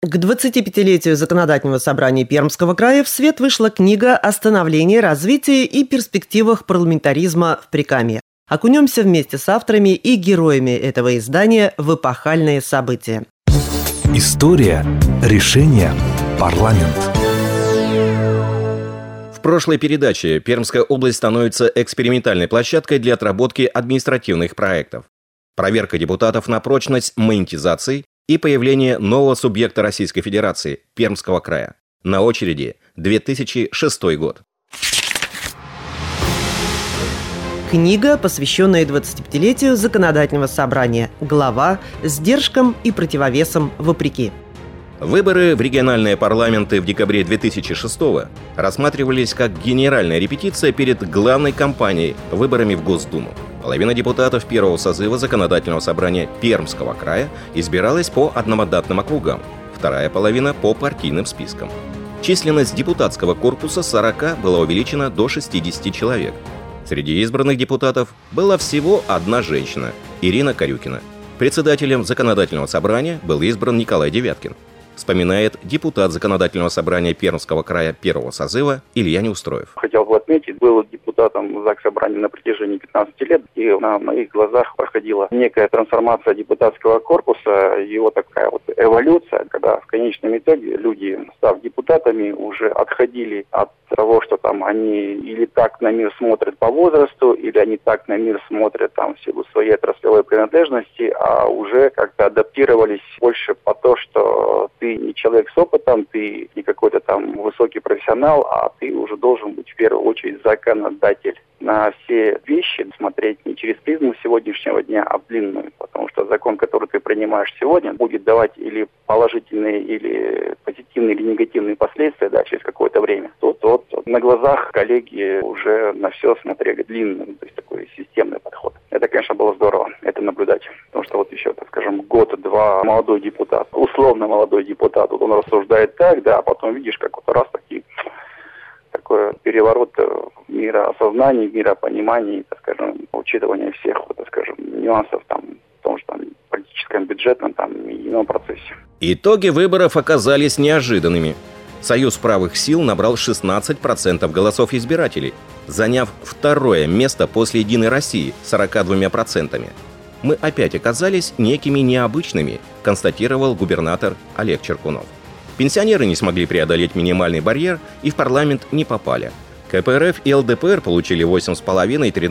К 25-летию Законодательного собрания Пермского края в свет вышла книга о становлении, развитии и перспективах парламентаризма в Прикамье. Окунемся вместе с авторами и героями этого издания в эпохальные события. История, решение, парламент. В прошлой передаче Пермская область становится экспериментальной площадкой для отработки административных проектов. Проверка депутатов на прочность монетизации и появление нового субъекта Российской Федерации – Пермского края. На очереди 2006 год. Книга, посвященная 25-летию Законодательного собрания. Глава «Сдержкам и противовесам вопреки». Выборы в региональные парламенты в декабре 2006-го рассматривались как генеральная репетиция перед главной кампанией – выборами в Госдуму. Половина депутатов первого созыва Законодательного собрания Пермского края избиралась по одномандатным округам, вторая половина – по партийным спискам. Численность депутатского корпуса с 40 была увеличена до 60 человек. Среди избранных депутатов была всего одна женщина – Ирина Корюкина. Председателем Законодательного собрания был избран Николай Девяткин. Вспоминает депутат Законодательного собрания Пермского края первого созыва Илья Неустроев. Хотел бы отметить, был депутатом Заксобрания на протяжении 15 лет, и на моих глазах проходила некая трансформация депутатского корпуса, его такая вот эволюция, когда в конечном итоге люди, став депутатами, уже отходили от того, что там они или так на мир смотрят по возрасту, или они так на мир смотрят там в силу своей отраслевой принадлежности, а уже как-то адаптировались больше по то, что ты не человек с опытом, ты не какой-то там высокий профессионал, а ты уже должен быть в первую очередь законодатель. На все вещи смотреть не через призму сегодняшнего дня, а в длинную, потому что закон, который ты принимаешь сегодня, будет давать или положительные, или позитивные, или негативные последствия, да, через какое-то время. Тут вот на глазах коллеги уже на все смотрели длинно, то есть такой системный подход. Это, конечно, было здорово, это наблюдать. Потому что вот еще, так скажем, год-два молодой депутат, условно молодой депутат, вот он рассуждает так, да, а потом видишь, как вот раз такой переворот мироосознания, миропонимания, так скажем, учитывания всех, вот, так скажем, нюансов там, в том же там политическом, бюджетном там и ином процессе. Итоги выборов оказались неожиданными. Союз правых сил набрал 16% голосов избирателей, заняв второе место после «Единой России» 42%. Мы опять оказались некими необычными, констатировал губернатор Олег Черкунов. Пенсионеры не смогли преодолеть минимальный барьер и в парламент не попали. КПРФ и ЛДПР получили 8,5% и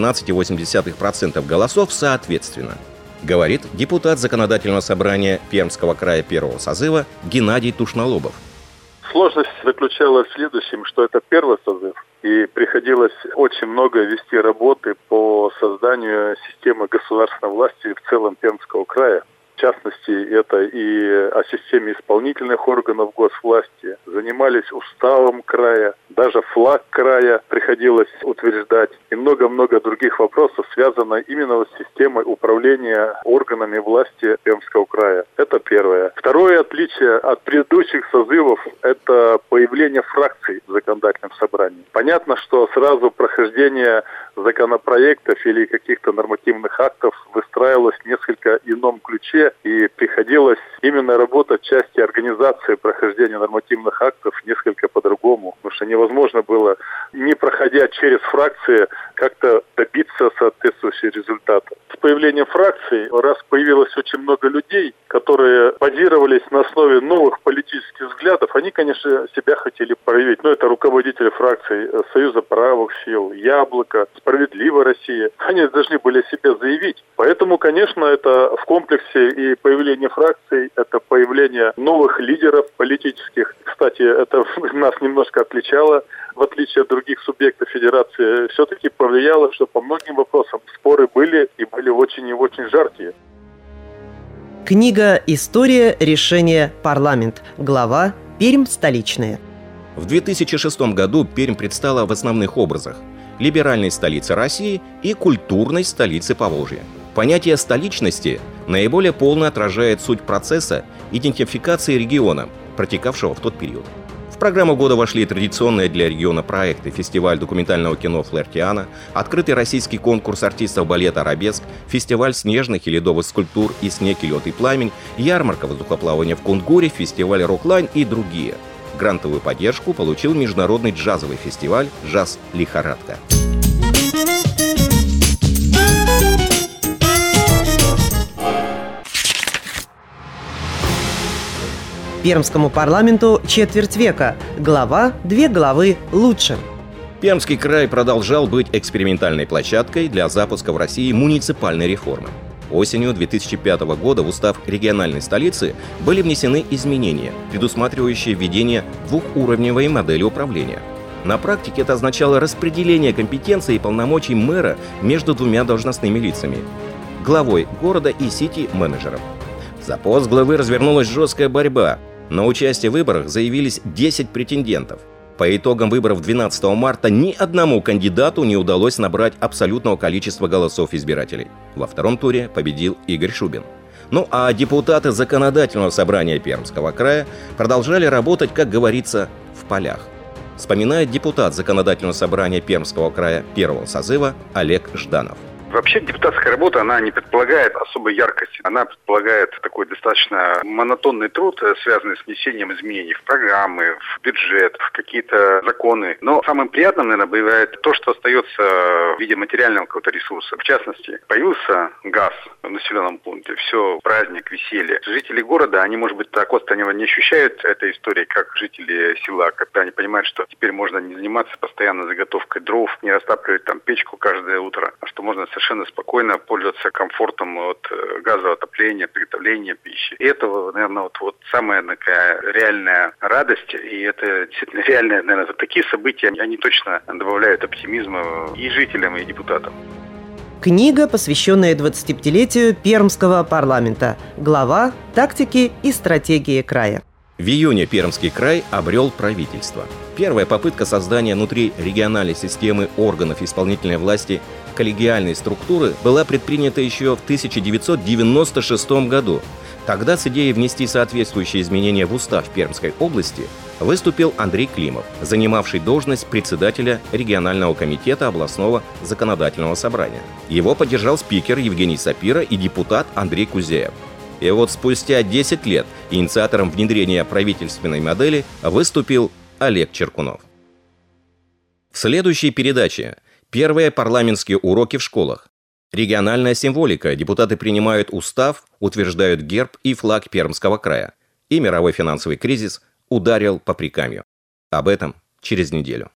13,8% голосов соответственно, говорит депутат Законодательного собрания Пермского края первого созыва Геннадий Тушнолобов. Сложность заключалась в следующем, что это первый созыв, и приходилось очень много вести работы по созданию системы государственной власти в целом Пермского края. В частности, это и о системе исполнительных органов госвласти, занимались уставом края, даже флаг края приходилось утверждать, и много-много других вопросов связано именно с системой управления органами власти Пермского края. Это первое. Второе отличие от предыдущих созывов – это появление фракций в законодательном собрании. Понятно, что сразу прохождение законопроектов или каких-то нормативных актов выстраивалось в несколько ином ключе, и приходилось именно работать в части организации прохождения нормативных актов несколько по-другому, потому что невозможно было, не проходя через фракции, как-то добиться соответствующего результата. С появлением фракций, раз появилось очень много людей, которые базировались на основе новых политических взглядов, они, конечно, себя хотели проявить. Но это руководители фракций Союза правых сил, Яблоко, Справедливая Россия. Они должны были себя заявить. Поэтому, конечно, это в комплексе и появление фракций, это появление новых лидеров политических. Кстати, это нас немножко отличало, в отличие от других субъектов федерации, все-таки повлияло, что по многим вопросам споры были и были очень и очень жаркие. Книга «История, решение, парламент». Глава «Пермь столичная». В 2006 году Пермь предстала в основных образах – либеральной столицы России и культурной столицы Поволжья. Понятие столичности наиболее полно отражает суть процесса идентификации региона, протекавшего в тот период. В программу года вошли традиционные для региона проекты: фестиваль документального кино «Флаертиана», открытый российский конкурс артистов балета «Арабеск», фестиваль снежных и ледовых скульптур «И снег, и лед, и пламень», ярмарка воздухоплавания в Кунгуре, фестиваль «Роклайн» и другие. Грантовую поддержку получил международный джазовый фестиваль «Джаз Лихорадка». Пермскому парламенту четверть века. Глава, 2 главы лучше. Пермский край продолжал быть экспериментальной площадкой для запуска в России муниципальной реформы. Осенью 2005 года в устав региональной столицы были внесены изменения, предусматривающие введение двухуровневой модели управления. На практике это означало распределение компетенций и полномочий мэра между двумя должностными лицами – главой города и сити-менеджером. За пост главы развернулась жесткая борьба. На участие в выборах заявились 10 претендентов. По итогам выборов 12 марта ни одному кандидату не удалось набрать абсолютного количества голосов избирателей. Во втором туре победил Игорь Шубин. Ну а депутаты Законодательного собрания Пермского края продолжали работать, как говорится, в полях. Вспоминает депутат Законодательного собрания Пермского края первого созыва Олег Жданов. Вообще депутатская работа, она не предполагает особой яркости. Она предполагает такой достаточно монотонный труд, связанный с внесением изменений в программы, в бюджет, в какие-то законы. Но самым приятным, наверное, бывает то, что остается в виде материального какого-то ресурса. В частности, появился газ в населенном пункте. Все, праздник, веселье. Жители города, они, может быть, так остро не ощущают этой истории, как жители села, когда они понимают, что теперь можно не заниматься постоянно заготовкой дров, не растапливать там печку каждое утро, а что можно совершенно спокойно пользоваться комфортом от газового отопления, приготовления пищи. И это, наверное, вот самая такая реальная радость, и это действительно реальные, наверное, вот такие события, они точно добавляют оптимизма и жителям, и депутатам. Книга, посвященная 25-летию Пермского парламента. Глава «Тактики и стратегии края». В июне Пермский край обрел правительство. Первая попытка создания внутри региональной системы органов исполнительной власти коллегиальной структуры была предпринята еще в 1996 году. Тогда с идеей внести соответствующие изменения в устав Пермской области выступил Андрей Климов, занимавший должность председателя регионального комитета областного законодательного собрания. Его поддержал спикер Евгений Сапира и депутат Андрей Кузяев. И вот спустя 10 лет инициатором внедрения правительственной модели выступил Олег Черкунов. В следующей передаче первые парламентские уроки в школах. Региональная символика. Депутаты принимают устав, утверждают герб и флаг Пермского края. И мировой финансовый кризис ударил по Прикамью. Об этом через неделю.